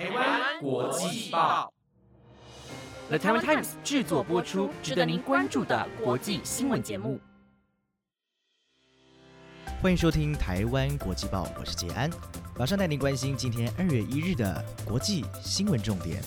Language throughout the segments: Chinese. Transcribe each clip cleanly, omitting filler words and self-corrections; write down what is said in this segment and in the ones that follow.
台湾国际报 The Taiwan Times 制作播出，值得您关注的国际新闻节目。 欢迎收听台湾国际报，我是杰安，马上带您关心今天2月1日的国际新闻重点。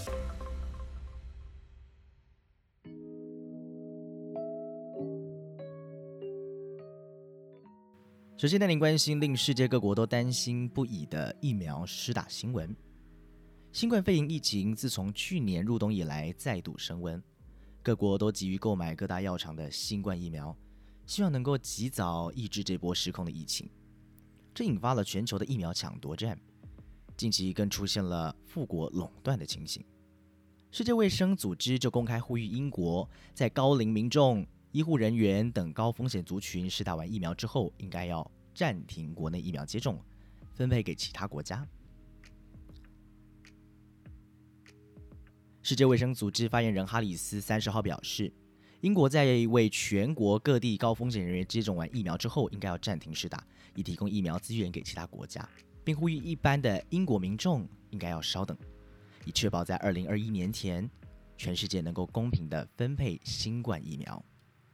首先带您关心令世界各国都担心不已的疫苗施打新闻。新冠肺炎疫情自从去年入冬以来再度升温，各国都急于购买各大药厂的新冠疫苗，希望能够及早抑制这波失控的疫情。这引发了全球的疫苗抢夺战，近期更出现了富国垄断的情形。世界卫生组织就公开呼吁英国，在高龄民众、医护人员等高风险族群施打完疫苗之后，应该要暂停国内疫苗接种，分配给其他国家。世界卫生组织发言人哈里斯30号表示，英国在为全国各地高风险人员接种完疫苗之后，应该要暂停施打，以提供疫苗资源给其他国家，并呼吁一般的英国民众应该要稍等，以确保在2021年前，全世界能够公平地分配新冠疫苗。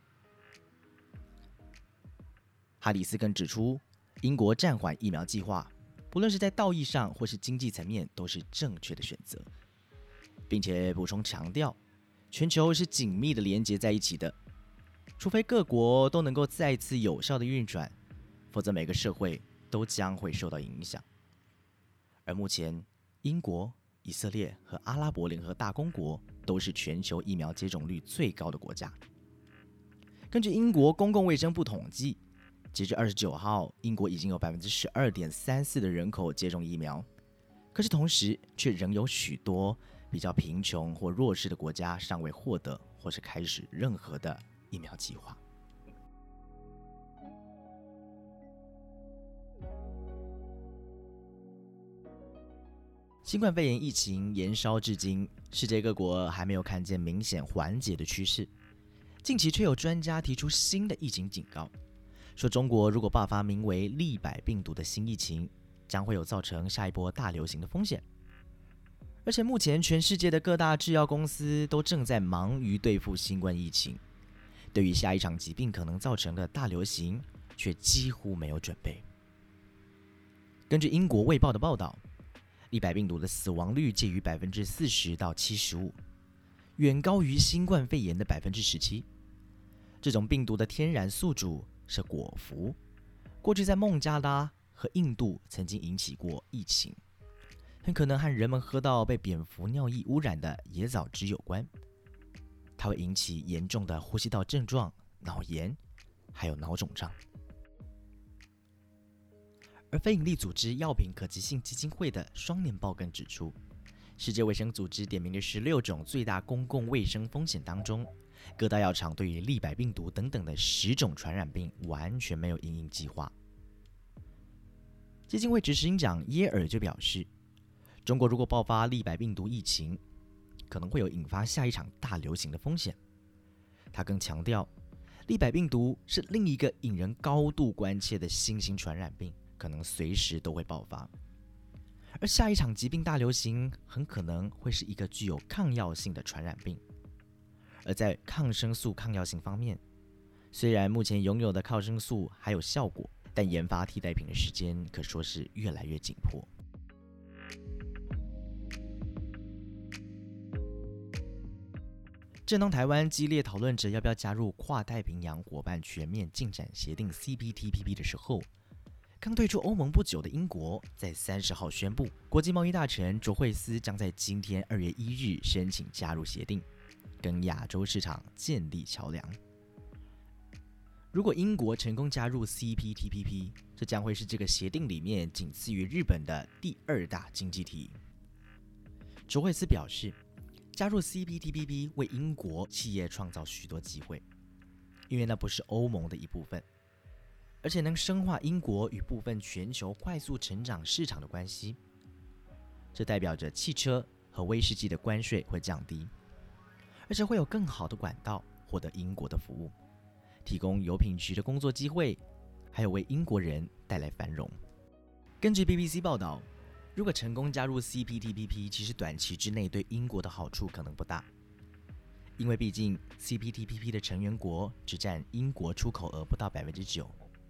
哈里斯更指出，英国暂缓疫苗计划，不论是在道义上或是经济层面，都是正确的选择，并且补充强调，全球是紧密的连结在一起的，除非各国都能够再次有效的运转，否则每个社会都将会受到影响。而目前，英国、以色列和阿拉伯联合大公国都是全球疫苗接种率最高的国家。根据英国公共卫生部统计，截至29号，英国已经有 12.34% 的人口接种疫苗，可是同时却仍有许多比较贫穷或弱势的国家尚未获得或是开始任何的疫苗计划。新冠肺炎疫情延烧至今，世界各国还没有看见明显缓解的趋势。近期却有专家提出新的疫情警告，说中国如果爆发名为利百病毒的新疫情，将会有造成下一波大流行的风险。而且目前全世界的各大制药公司都正在忙于对付新冠疫情，对于下一场疾病可能造成的大流行却几乎没有准备。根据英国卫报的报道，利百病毒的死亡率介于 40% 到 75%， 远高于新冠肺炎的 17%。 这种病毒的天然宿主是果蝠，过去在孟加拉和印度曾经引起过疫情，很可能和人们喝到被蝙蝠尿液污染的野枣汁有关。它会引起严重的呼吸道症状、脑炎，还有脑肿胀。而非营利组织药品可及性基金会的双年报更指出，世界卫生组织点名的16种最大公共卫生风险当中，各大药厂对于利百病毒等等的10种传染病完全没有因应计划。基金会执行长耶尔就表示，中国如果爆发利百病毒疫情，可能会有引发下一场大流行的风险。他更强调，利百病毒是另一个引人高度关切的新型传染病，可能随时都会爆发。而下一场疾病大流行很可能会是一个具有抗药性的传染病。而在抗生素抗药性方面，虽然目前拥有的抗生素还有效果，但研发替代品的时间可说是越来越紧迫。正当台湾激烈讨论着要不要加入跨太平洋伙伴全面进展协定 CPTPP 的时候，刚退出欧盟不久的英国在30号宣布，国际贸易大臣卓慧思将在今天2月1日申请加入协定，跟亚洲市场建立桥梁。如果英国成功加入 CPTPP， 这将会是这个协定里面仅次于日本的第2大经济体。卓慧思表示，加入 CPTPP 为英国企业创造许多机会，因为那不是欧盟的一部分，而且能深化英国与部分全球快速成长市场的关系。这代表着汽车和威士忌的关税会降低，而且会有更好的管道获得英国的服务，提供油品局的工作机会，还有为英国人带来繁荣。根据 BBC 报道， 如果成功加入 CPTPP， 其实短期之内对英国的好处可能不大，因为毕竟 CPTPP 的成员国只占英国出口额不到 9%。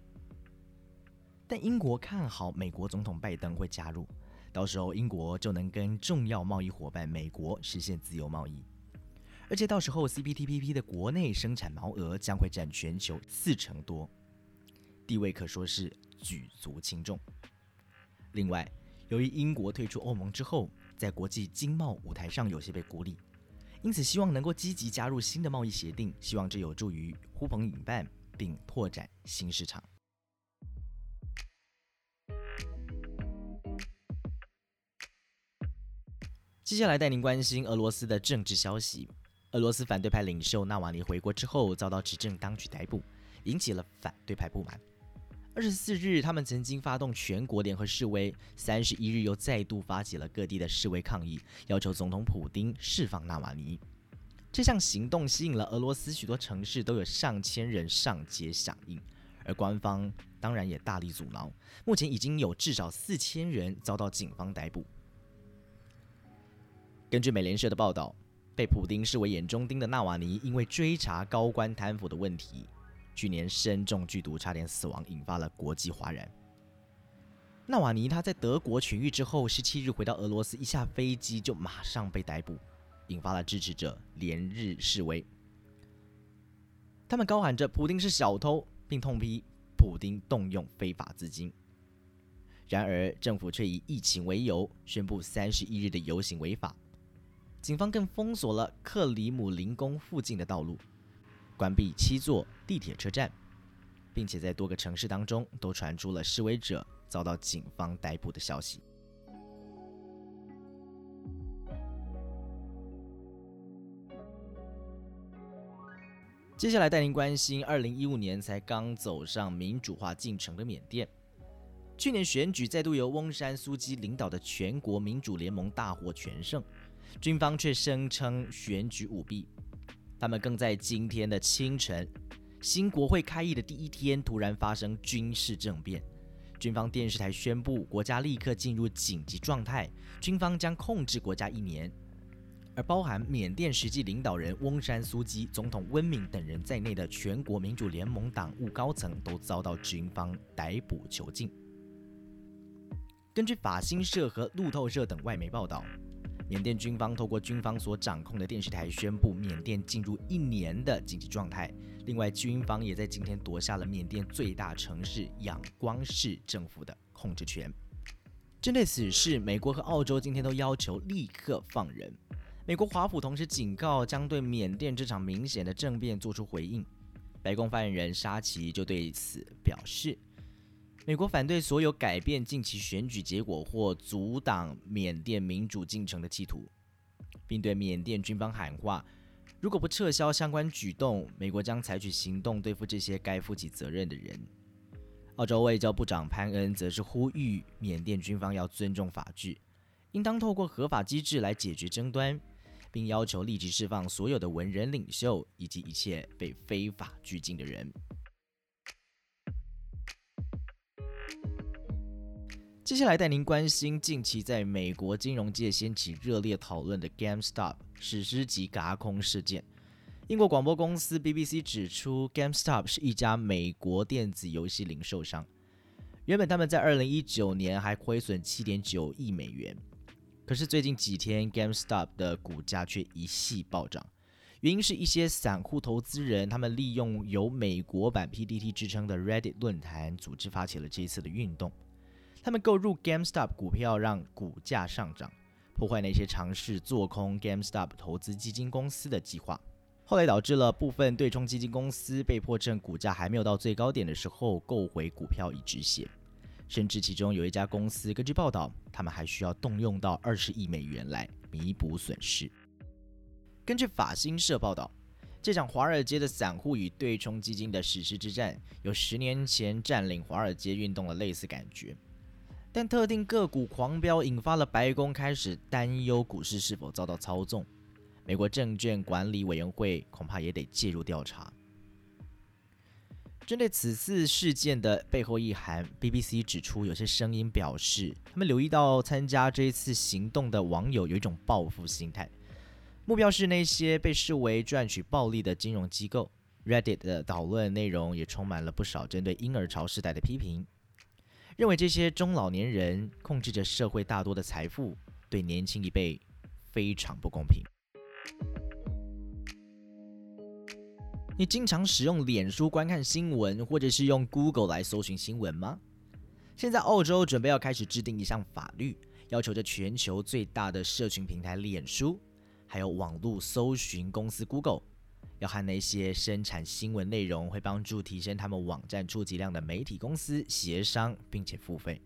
但英国看好美国总统拜登会加入，到时候英国就能跟重要贸易伙伴美国实现自由贸易，而且到时候 CPTPP 的国内生产毛额将会占全球40%多，地位可说是举足轻重。另外，由于英国退出欧盟之后，在国际经贸舞台上有些被孤立，因此希望能够积极加入新的贸易协定，希望这有助于呼朋引伴并拓展新市场。接下来带您关心俄罗斯的政治消息。俄罗斯反对派领袖纳瓦尼回国之后遭到执政当局逮捕，引起了反对派不满。24日，他们曾经发动全国联合示威，31日又再度发起了各地的示威抗议，要求总统普丁释放纳瓦尼。这项行动吸引了俄罗斯许多城市都有上千人上街响应，而官方当然也大力阻挠。目前已经有至少4000人遭到警方逮捕。根据美联社的报道，被普丁视为眼中钉的纳瓦尼，因为追查高官贪腐的问题，去年身中剧毒，差点死亡，引发了国际哗然。纳瓦尼他在德国痊愈之后，17日回到俄罗斯，一下飞机就马上被逮捕，引发了支持者连日示威。他们高喊着普丁是小偷，并痛批普丁动用非法资金。然而，政府却以疫情为由，宣布31日的游行违法。警方更封锁了克里姆林宫附近的道路，关闭7座地铁车站，并且在多个城市当中都传出了示威者遭到警方逮捕的消息。接下来带您关心2015年才刚走上民主化进程的缅甸。去年选举再度由翁山苏基领导的全国民主联盟大获全胜，军方却声称选举舞弊。他们更在今天的清晨，新国会开议的第一天，突然发生军事政变。军方电视台宣布，国家立刻进入紧急状态，军方将控制国家1年。而包含缅甸实际领导人翁山苏基、总统温敏等人在内的全国民主联盟党务高层都遭到军方逮捕囚禁。根据法新社和路透社等外媒报道，缅甸军方透过军方所掌控的电视台宣布，缅甸进入1年的紧急状态。另外，军方也在今天夺下了缅甸最大城市仰光市政府的控制权。针对此事，美国和澳洲今天都要求立刻放人。美国华府同时警告，将对缅甸这场明显的政变做出回应。白宫发言人沙奇就对此表示，美国反对所有改变近期选举结果或阻挡缅甸民主进程的企图，并对缅甸军方喊话，如果不撤销相关举动，美国将采取行动对付这些该负起责任的人。澳洲外交部长潘恩则是呼吁缅甸军方要尊重法治，应当透过合法机制来解决争端，并要求立即释放所有的文人领袖以及一切被非法拘禁的人。接下来带您关心近期在美国金融界掀起热烈讨论的 GameStop 史诗级轧空事件。英国广播公司 BBC 指出， GameStop 是一家美国电子游戏零售商，原本他们在2019年还亏损 7.9 亿美元，可是最近几天 GameStop 的股价却一系暴涨，原因是一些散户投资人他们利用由美国版 PTT 之称的 Reddit 论坛组织发起了这一次的运动。他们购入 GameStop 股票，让股价上涨，破坏那些尝试做空 GameStop 投资基金公司的计划。后来导致了部分对冲基金公司被迫趁股价还没有到最高点的时候购回股票以止血，甚至其中有一家公司，根据报道，他们还需要动用到20亿美元来弥补损失。根据法新社报道，这场华尔街的散户与对冲基金的史诗之战，有10年前占领华尔街运动的类似感觉。但特定个股狂飙引发了白宫开始担忧股市是否遭到操纵，美国证券管理委员会恐怕也得介入调查。 针对此次事件的背后意涵 ，BBC 指出，有些声音表示，他们留意到参加这一次行动的网友有一种报复心态，目标是那些被视为赚取暴利的金融机构。Reddit 的讨论内容也充满了不少针对婴儿潮世代的批评，认为这些中老年人控制着社会大多的财富，对年轻一辈非常不公平。你经常使用脸书观看新闻，或者是用 Google 来搜寻新闻吗？现在澳洲准备要开始制定一项法律，要求着全球最大的社群平台脸书，还有网络搜寻公司 Google， 要和那些生产新闻内容会帮助提升他们网站触及量的媒体公司协商，并且付费。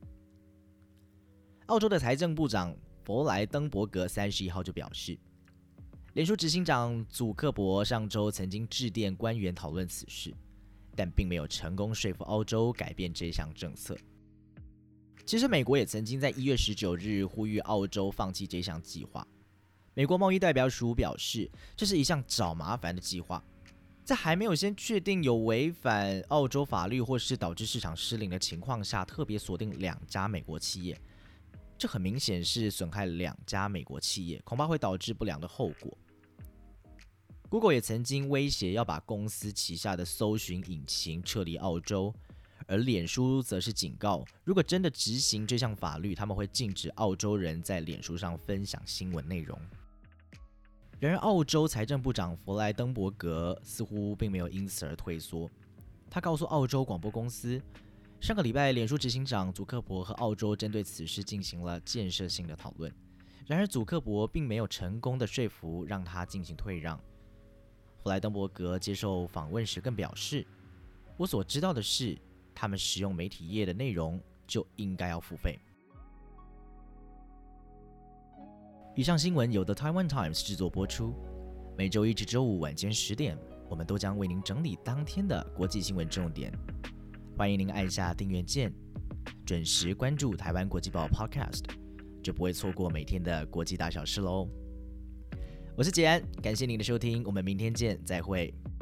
澳洲的财政部长弗莱登伯格31号就表示，脸书执行长祖克伯上周曾经致电官员讨论此事，但并没有成功说服澳洲改变这项政策。其实美国也曾经在1月19日呼吁澳洲放弃这项计划。美国贸易代表署表示，这是一项找麻烦的计划，在还没有先确定有违反澳洲法律或是导致市场失灵的情况下，特别锁定2家美国企业，这很明显是损害2家美国企业，恐怕会导致不良的后果。Google 也曾经威胁要把公司旗下的搜寻引擎撤离澳洲，而脸书则是警告，如果真的执行这项法律，他们会禁止澳洲人在脸书上分享新闻内容。然而，澳洲财政部长弗莱登伯格似乎并没有因此而退缩。他告诉澳洲广播公司，上个礼拜，脸书执行长祖克伯和澳洲针对此事进行了建设性的讨论。然而，祖克伯并没有成功的说服让他进行退让。弗莱登伯格接受访问时更表示，我所知道的是，他们使用媒体业的内容就应该要付费。以上新闻由The Taiwan Times 制作播出，每周一至周五晚间10点，我们都将为您整理当天的国际新闻重点。欢迎您按下订阅键，准时关注台湾国际报 Podcast， 就不会错过每天的国际大小事喽。我是杰安，感谢您的收听，我们明天见，再会。